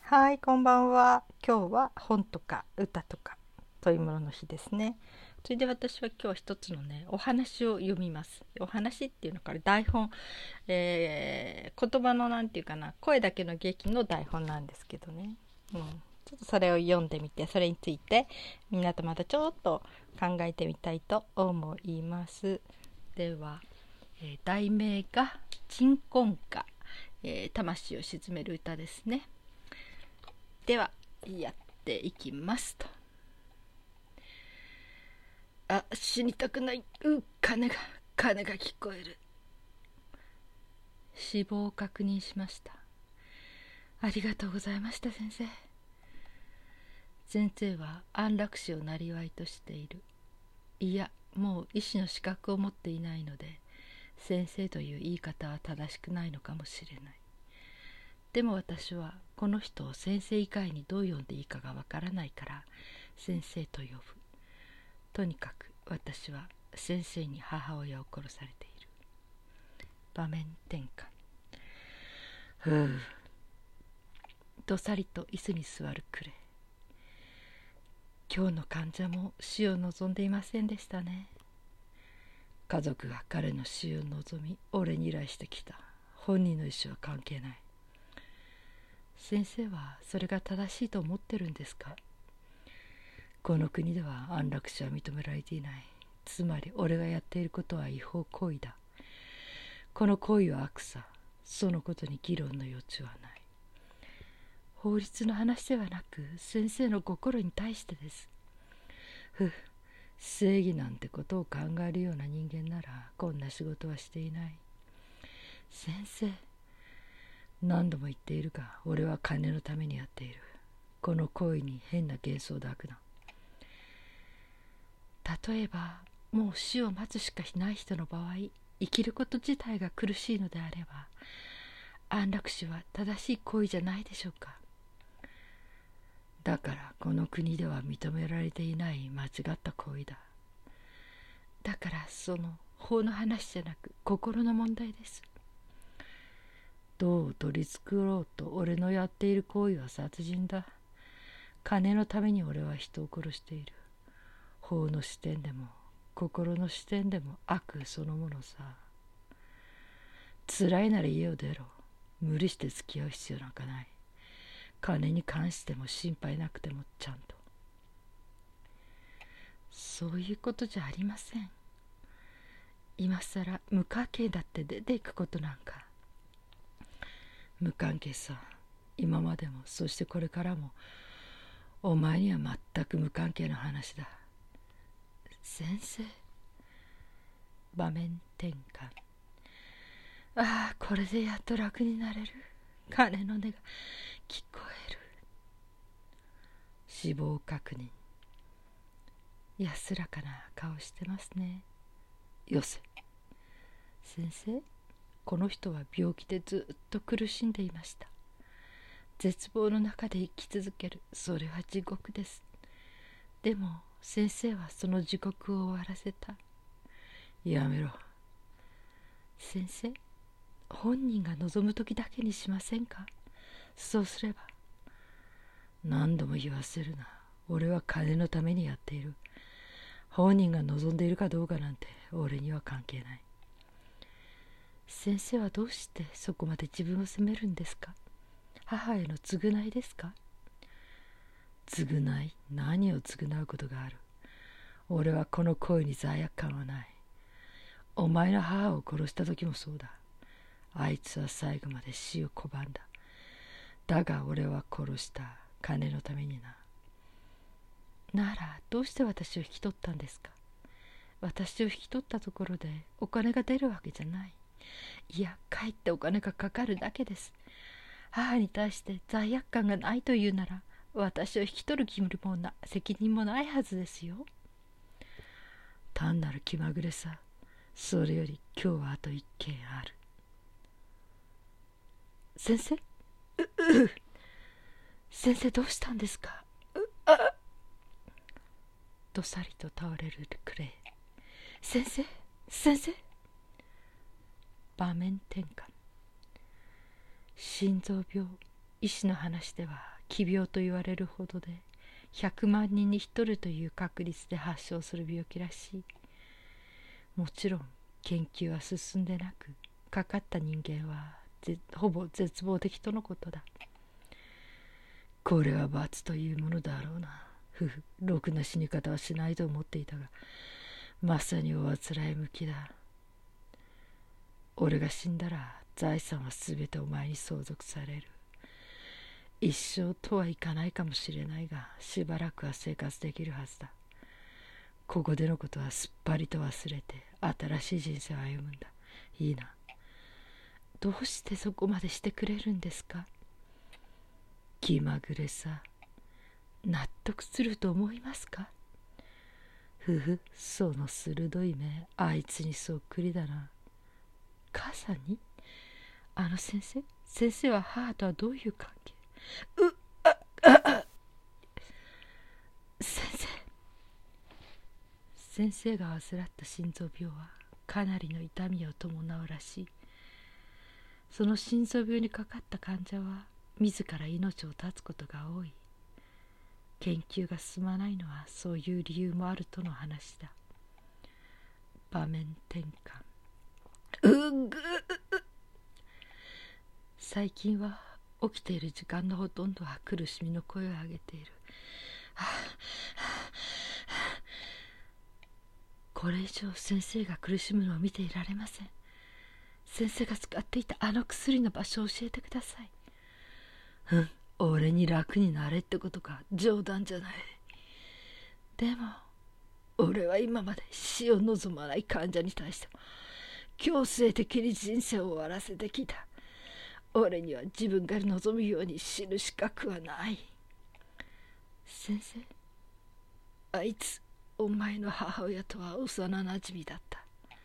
はい、こんばんは。今日は本とか歌とかというものの日ですね。それで私は今日一つのね、お話を読みます。お話っていうのから台本、言葉のなんていうかな、声だけの劇の台本なんですけどね。ちょっとそれを読んでみて、それについてみんなとまたちょっと考えてみたいと思います。では、題名が鎮魂歌、魂を鎮める歌ですね。ではやっていきますと。死にたくない。鐘が聞こえる。死亡を確認しました。ありがとうございました、先生。先生は安楽死をなりわいとしている。いや、もう医師の資格を持っていないので、先生という言い方は正しくないのかもしれない。でも私はこの人を先生以外にどう呼んでいいかがわからないから先生と呼ぶ。とにかく私は先生に母親を殺されている。場面転換。ふう。どさりと椅子に座るクレイ。今日の患者も死を望んでいませんでしたね。家族が彼の死を望み俺に依頼してきた。本人の意思は関係ない。先生はそれが正しいと思ってるんですか？この国では安楽死は認められていない。つまり俺がやっていることは違法行為だ。この行為は悪さ。そのことに議論の余地はない。法律の話ではなく先生の心に対してです。正義なんてことを考えるような人間ならこんな仕事はしていない。先生、何度も言っているが俺は金のためにやっている。この行為に変な幻想を抱くな。例えばもう死を待つしかしない人の場合、生きること自体が苦しいのであれば安楽死は正しい行為じゃないでしょうか。だからこの国では認められていない間違った行為だ。だからその法の話じゃなく心の問題です。どう取り繕ろうと俺のやっている行為は殺人だ。金のために俺は人を殺している。法の視点でも心の視点でも悪そのものさ。辛いなら家を出ろ。無理して付き合う必要なんかない。金に関しても心配なくてもちゃんと。そういうことじゃありません。今さら無関係だって出ていくことなんか。無関係さ。今までもそしてこれからもお前には全く無関係な話だ。先生。場面転換。これでやっと楽になれる。鐘の音が聞こえる。死亡確認。安らかな顔してますね。よせ。先生、この人は病気でずっと苦しんでいました。絶望の中で生き続ける。それは地獄です。でも先生はその地獄を終わらせた。やめろ。先生、本人が望む時だけにしませんか？そうすれば。何度も言わせるな。俺は金のためにやっている。本人が望んでいるかどうかなんて俺には関係ない。先生はどうしてそこまで自分を責めるんですか？母への償いですか？償い？何を償うことがある？俺はこの行為に罪悪感はない。お前の母を殺した時もそうだ。あいつは最後まで死を拒んだ。だが俺は殺した。金のためにな。ならどうして私を引き取ったんですか？私を引き取ったところでお金が出るわけじゃない。いや、かえってお金がかかるだけです。母に対して罪悪感がないというなら、私を引き取る義務も責任もないはずですよ。単なる気まぐれさ。それより今日はあと一件ある。先生？先生どうしたんですか？どさりと倒れるクレイ。先生？先生？場面転換。心臓病。医師の話では奇病と言われるほどで100万人に1人という確率で発症する病気らしい。もちろん研究は進んでなく、かかった人間はほぼ絶望的とのことだ。これは罰というものだろうな。ろくな死に方はしないと思っていたが、まさにおあつらい向きだ。俺が死んだら財産はすべてお前に相続される。一生とはいかないかもしれないが、しばらくは生活できるはずだ。ここでのことはすっぱりと忘れて新しい人生を歩むんだ。いいな。どうしてそこまでしてくれるんですか？気まぐれさ。納得すると思いますか？その鋭い目、あいつにそっくりだな。母さんに？あの先生は母とはどういう関係？先生が患った心臓病はかなりの痛みを伴うらしい。その心臓病にかかった患者は自ら命を絶つことが多い。研究が進まないのはそういう理由もあるとの話だ。場面転換。最近は起きている時間のほとんどは苦しみの声を上げている。これ以上先生が苦しむのを見ていられません。先生が使っていたあの薬の場所を教えてください。俺に楽になれってことか。冗談じゃない。でも俺は今まで死を望まない患者に対しても強制的に人生を終わらせてきた。俺には自分が望むように死ぬ資格はない。先生、あいつお前の母親とは幼なじみだった。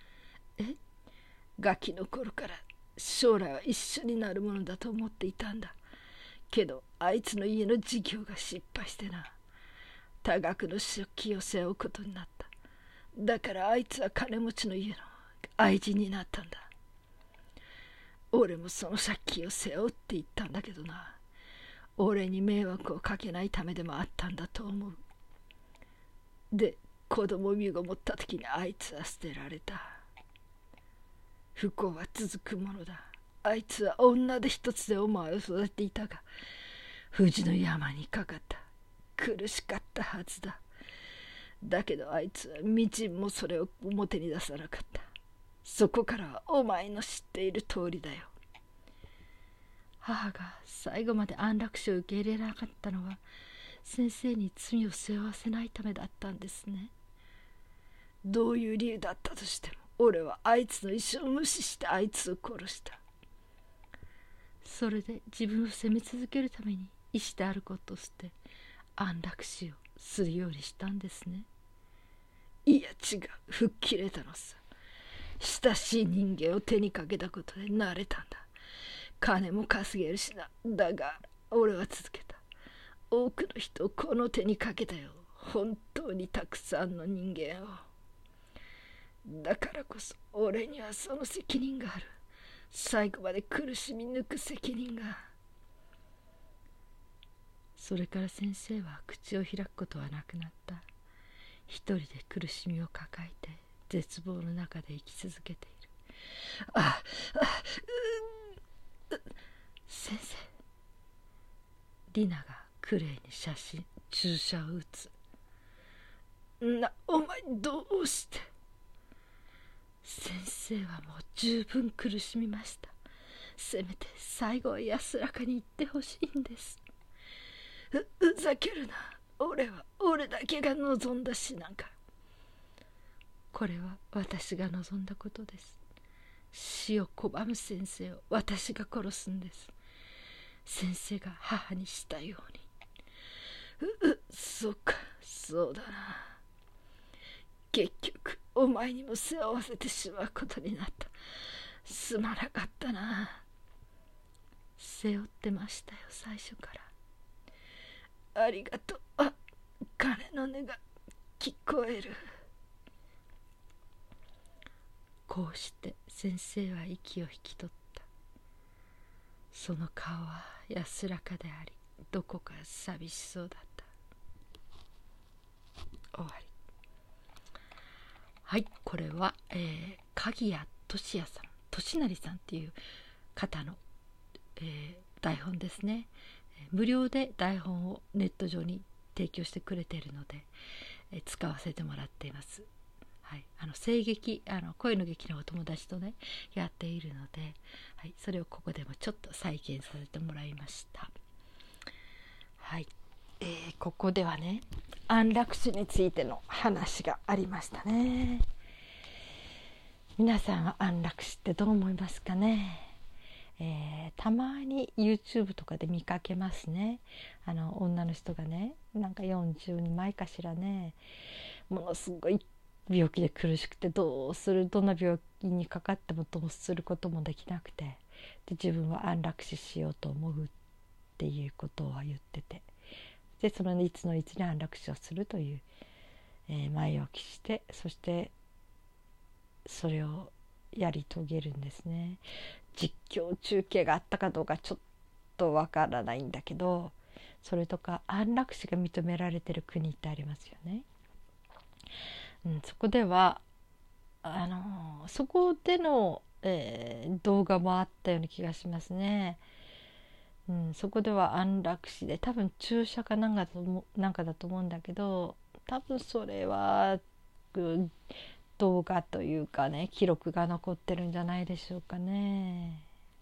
ガキの頃から将来は一緒になるものだと思っていたんだ。けどあいつの家の事業が失敗してな、多額の借金を背負うことになった。だからあいつは金持ちの家の愛人になったんだ。俺もその借金を背負って言ったんだけどな。俺に迷惑をかけないためでもあったんだと思う。で、子供身ごもった時にあいつは捨てられた。不幸は続くものだ。あいつは女で一つでお前を育てていたが、不治の病にかかった。苦しかったはずだ。だけどあいつはみじんもそれを表に出さなかった。そこからはお前の知っている通りだよ。母が最後まで安楽死を受け入れなかったのは先生に罪を背負わせないためだったんですね。どういう理由だったとしても俺はあいつの意思を無視してあいつを殺した。それで自分を責め続けるために医師であることを捨て安楽死をするようにしたんですね。いや違う、吹っ切れたのさ。親しい人間を手にかけたことで慣れたんだ。金も稼げるしな。だが俺は続けた。多くの人をこの手にかけたよ。本当にたくさんの人間を。だからこそ俺にはその責任がある。最後まで苦しみ抜く責任が。それから先生は口を開くことはなくなった。一人で苦しみを抱えて絶望の中で生き続けている。先生。リナがクレイに注射を打つ。お前どうして？先生はもう十分苦しみました。せめて最後は安らかに言ってほしいんです。ふざけるな。俺だけが望んだ死なんか。これは私が望んだことです。死を拒む先生を私が殺すんです。先生が母にしたように。そうか、そうだな。結局お前にも背負わせてしまうことになった。すまなかったな。背負ってましたよ、最初から。ありがとう。鐘の音が聞こえる。こうして先生は息を引き取った。その顔は安らかでありどこか寂しそうだった。終わり。はい、これは、鍵谷俊也さん、俊成さんっていう方の、台本ですね。無料で台本をネット上に提供してくれているので、使わせてもらっています。はい、声劇、声の劇のお友達とねやっているので、はい、それをここでもちょっと再現させてもらいました。はい、ここではね、安楽死についての話がありましたね。皆さんは安楽死ってどう思いますかね。たまに YouTube とかで見かけますね。女の人がね、なんか40に前かしらね、ものすごい病気で苦しくて、どんな病気にかかってもどうすることもできなくて、で自分は安楽死しようと思うっていうことを言ってて、でそのいつのいつに安楽死をするという、前置きして、そしてそれをやり遂げるんですね。実況中継があったかどうかちょっとわからないんだけど、それとか安楽死が認められてる国ってありますよね。そこではそこでの、動画もあったような気がしますね。そこでは安楽死で、多分注射かなんかだと思うんだけど、多分それは動画というかね、記録が残ってるんじゃないでしょうかね。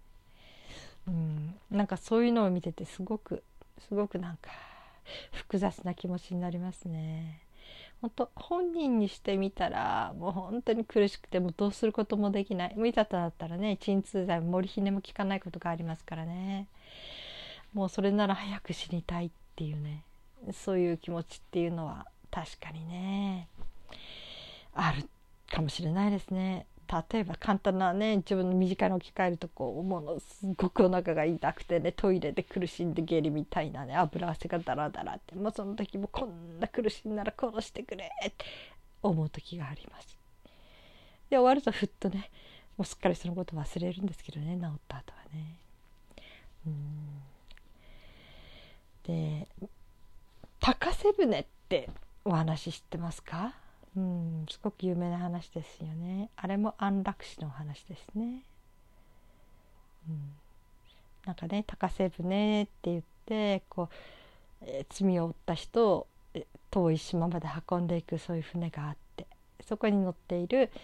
なんかそういうのを見ててすごくなんか複雑な気持ちになりますね。本人にしてみたらもう本当に苦しくて、もうどうすることもできない。いざとなったらね、鎮痛剤もモルヒネも効かないことがありますからね。もうそれなら早く死にたいっていうね、そういう気持ちっていうのは確かにねあるかもしれないですね。例えば簡単なね、自分の身近に置き換えると、ものすごくお腹が痛くてね、トイレで苦しんで下痢みたいなね、油汗がダラダラって、もうその時もこんな苦しいなら殺してくれって思う時があります。で終わるとふっとね、もうすっかりそのこと忘れるんですけどね、治った後はね。で、高瀬舟ってお話知ってますか？すごく有名な話ですよね。あれも安楽死の話ですね。なんかね、高瀬舟って言って罪を負った人を遠い島まで運んでいく、そういう船があって、そこに乗っている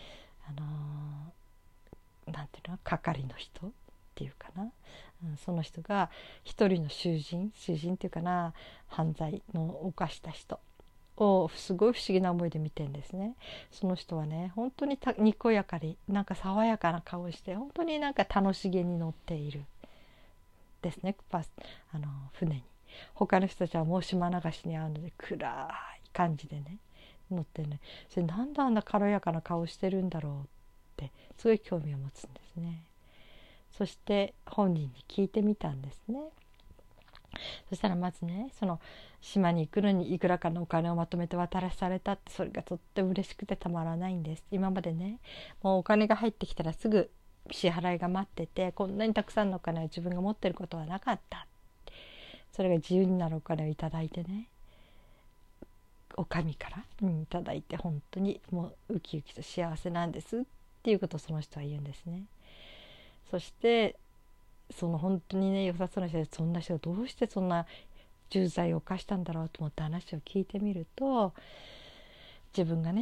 なんていうの、係の人っていうかな、その人が一人の囚人っていうかな、犯罪の犯した人をすごい不思議な思いで見てんですね。その人はね、本当ににこやかになんか爽やかな顔をして、本当になんか楽しげに乗っているですね、船に。他の人たちはもう島流しに遭うので暗い感じでね乗ってね、それなんであんな軽やかな顔してるんだろうってすごい興味を持つんですね。そして本人に聞いてみたんですね。そしたらまずね、その島に行くのにいくらかのお金をまとめて渡らされたって、それがとっても嬉しくてたまらないんです。今までね、もうお金が入ってきたらすぐ支払いが待ってて、こんなにたくさんのお金を自分が持ってることはなかった。それが自由になるお金をいただいてね、お上から、いただいて、本当にもうウキウキと幸せなんですっていうことをその人は言うんですね。そしてその本当にね、良さそうな人で、そんな人がどうしてそんな重罪を犯したんだろうと思って話を聞いてみると、自分がね、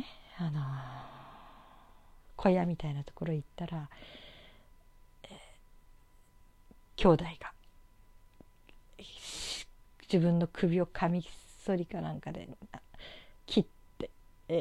小屋みたいなところ行ったら、兄弟が自分の首をカミソリかなんかで切って、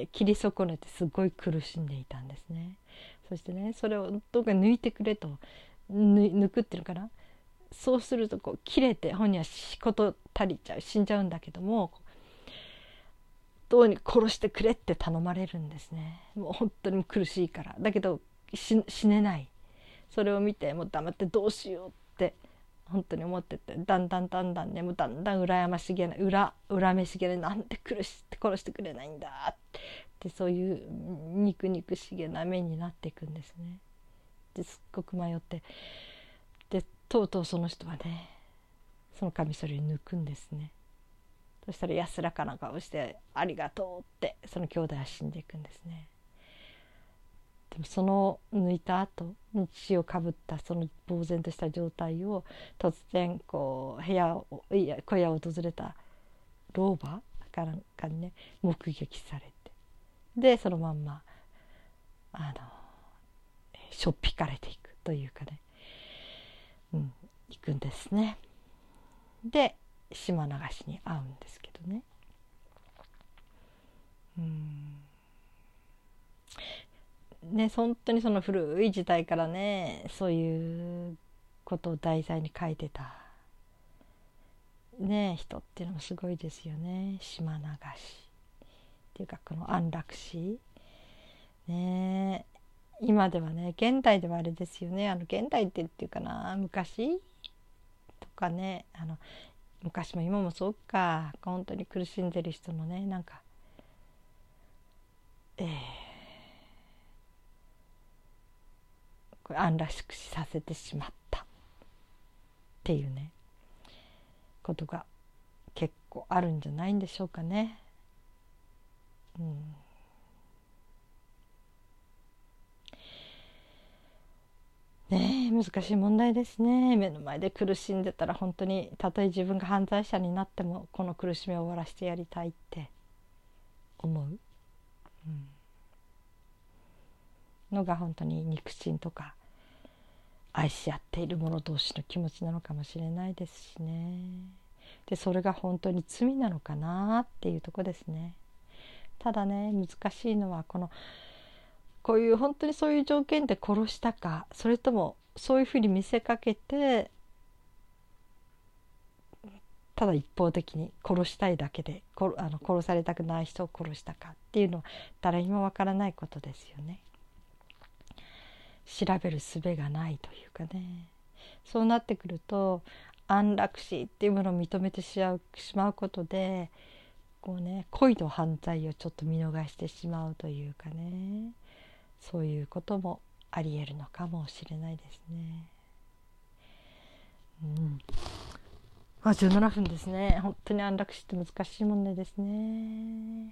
切り損ねてすごい苦しんでいたんですね。そしてね、それをどうか抜いてくれと、抜くっていうのかな、そうすると切れて本人はこと足りちゃう、死んじゃうんだけども、どうに殺してくれって頼まれるんですね。もう本当に苦しいから。だけど死ねない。それを見てもう黙ってどうしようって本当に思ってて、だんだんね、もうだんだん恨めしげな、なんで殺してくれないんだってそういう肉々しげな目になっていくんですね。ですっごく迷って、でとうとうその人はね、 そのカミソリを抜くんですね。そしたら安らかな顔してありがとうってその兄弟は死んでいくんですね。でもその抜いた後に血をかぶったその呆然とした状態を突然こう小屋を訪れた老婆かなんかにね目撃されて、でそのまんましょっぴかれていくというかね、行くんですね。で島流しに会うんですけどね、本当にその古い時代からねそういうことを題材に書いてた人っていうのもすごいですよね。島流しっていうかこの安楽死今ではね現代ではあれですよね、現代っていうかな、昔とかね、昔も今もそうか、本当に苦しんでる人のねなんか安楽死させてしまったっていうねことが結構あるんじゃないんでしょうかね。難しい問題ですね。目の前で苦しんでたら本当にたとえ自分が犯罪者になってもこの苦しみを終わらせてやりたいって思う、のが本当に肉親とか愛し合っている者同士の気持ちなのかもしれないですしね。でそれが本当に罪なのかなっていうとこですね。ただね難しいのはこういう本当にそういう条件で殺したか、それともそういうふうに見せかけてただ一方的に殺したいだけで殺されたくない人を殺したかっていうのは誰にもわからないことですよね。調べる術がないというかね、そうなってくると安楽死っていうものを認めてしまうことで恋の犯罪をちょっと見逃してしまうというかね、そういうこともありえるのかもしれないですね。17分ですね。本当に安楽死って難しい問題ですね。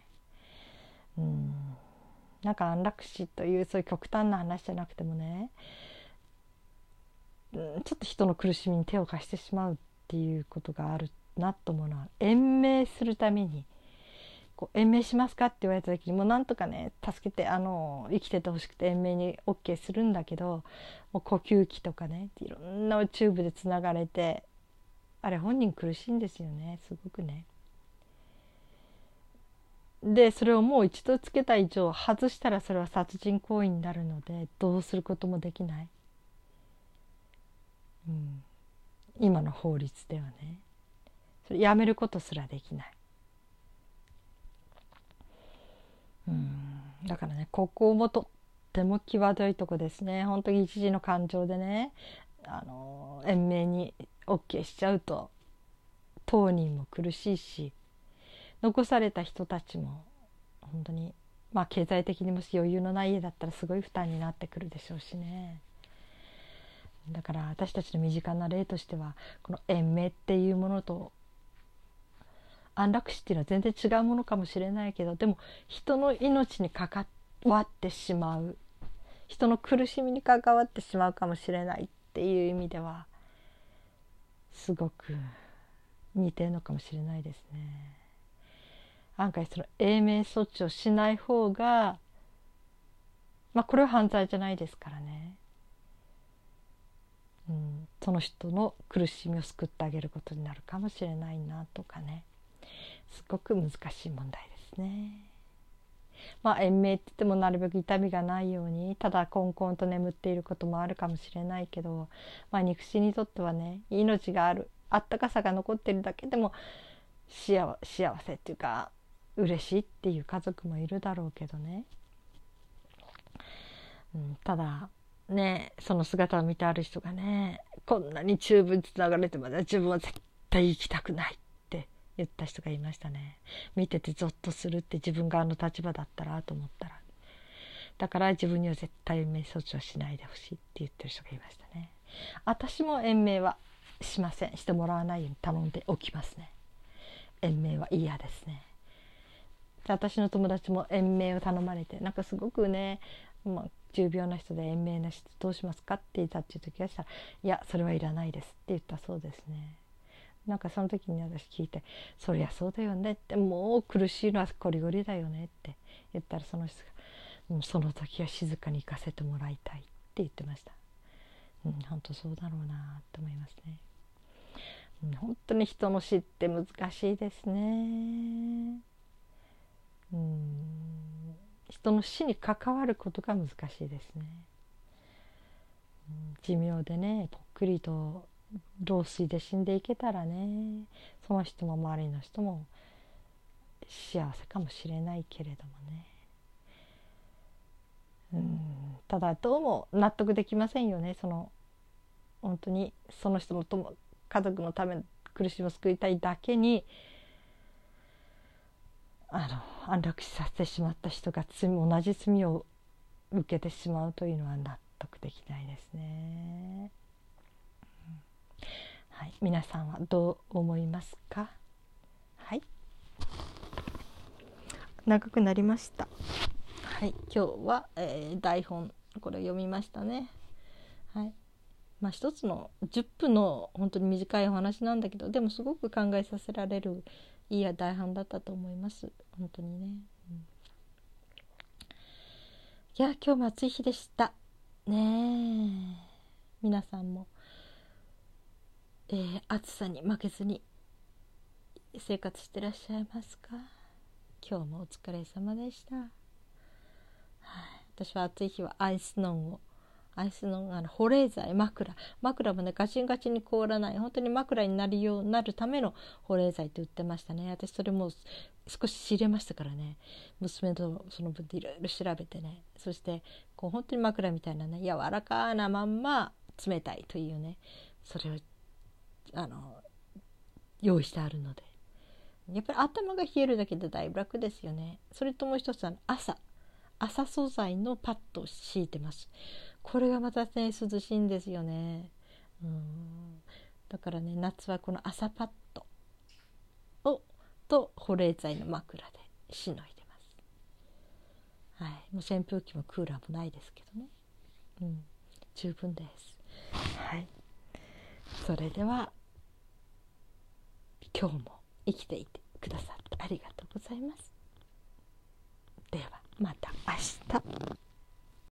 なんか安楽死というそういう極端な話じゃなくてもね、ちょっと人の苦しみに手を貸してしまうっていうことがあるなと思うのは、延命するために延命しますかって言われた時にもうなんとかね助けて生きててほしくて延命に OK するんだけど、もう呼吸器とかねいろんなチューブでつながれて、あれ本人苦しいんですよね、すごくね。でそれをもう一度つけた以上外したらそれは殺人行為になるのでどうすることもできない、今の法律ではねそれやめることすらできない。だからねここもとっても際どいとこですね。本当に一時の感情でね延命に OK しちゃうと当人も苦しいし、残された人たちも本当に経済的にもし余裕のない家だったらすごい負担になってくるでしょうしね。だから私たちの身近な例としてはこの延命っていうものと安楽死っていうのは全然違うものかもしれないけど、でも人の命に関わってしまう、人の苦しみに関わってしまうかもしれないっていう意味ではすごく似てるのかもしれないですね。案外その永命措置をしない方がこれは犯罪じゃないですからね、その人の苦しみを救ってあげることになるかもしれないなとかね、すごく難しい問題ですね。延命って言ってもなるべく痛みがないようにただこんこんと眠っていることもあるかもしれないけど、肉親にとってはね命がある、あったかさが残っているだけでも幸せっていうか嬉しいっていう家族もいるだろうけどね、ただねその姿を見てある人がねこんなにチューブにつながれてまで自分は絶対生きたくないって言った人がいましたね。見ててゾッとするって、自分が立場だったらと思ったら、だから自分には絶対延命措置をしないでほしいって言ってる人がいましたね。私も延命はしません。してもらわないように頼んでおきますね。延命は嫌ですね。で私の友達も延命を頼まれて、なんかすごくね、重病な人で延命な人どうしますかって言ったっていう時がしたら、いやそれはいらないですって言ったそうですね。なんかその時に私聞いて、そりゃそうだよねって、もう苦しいのはこりごりだよねって言ったら、その人が、その時は静かに行かせてもらいたいって言ってました。本当そうだろうなって思いますね。本当に人の死って難しいですね。人の死に関わることが難しいですね。寿命でね、ぽっくりと老衰で死んでいけたらね、その人も周りの人も幸せかもしれないけれどもね、ただどうも納得できませんよね。本当にその人の家族のための苦しみを救いたいだけに安楽死させてしまった人が同じ罪を受けてしまうというのは納得できないですね。はい、皆さんはどう思いますか？はい、長くなりました。はい、今日は、台本これを読みましたね。はい、一つの10分の本当に短いお話なんだけど、でもすごく考えさせられるいい台本だったと思います。本当にね、いや今日も暑い日でしたね。皆さんも、暑さに負けずに生活してらっしゃいますか？今日もお疲れ様でした。私は暑い日はアイスノン保冷剤、枕もねガチンガチンに凍らない、本当に枕になるための保冷剤って売ってましたね。私それも少し仕入れましたからね、娘とその分でいろいろ調べてね、そしてこう本当に枕みたいなね、柔らかなまんま冷たいというね、それを用意してあるので、やっぱり頭が冷えるだけでだいぶ楽ですよね。それともう一つは朝素材のパッドを敷いてます。これがまたね涼しいんですよね。だからね、夏はこの朝パッドと保冷剤の枕でしのいでます。もう扇風機もクーラーもないですけどね、十分です。それでは今日も生きていてくださってありがとうございます。ではまた明日。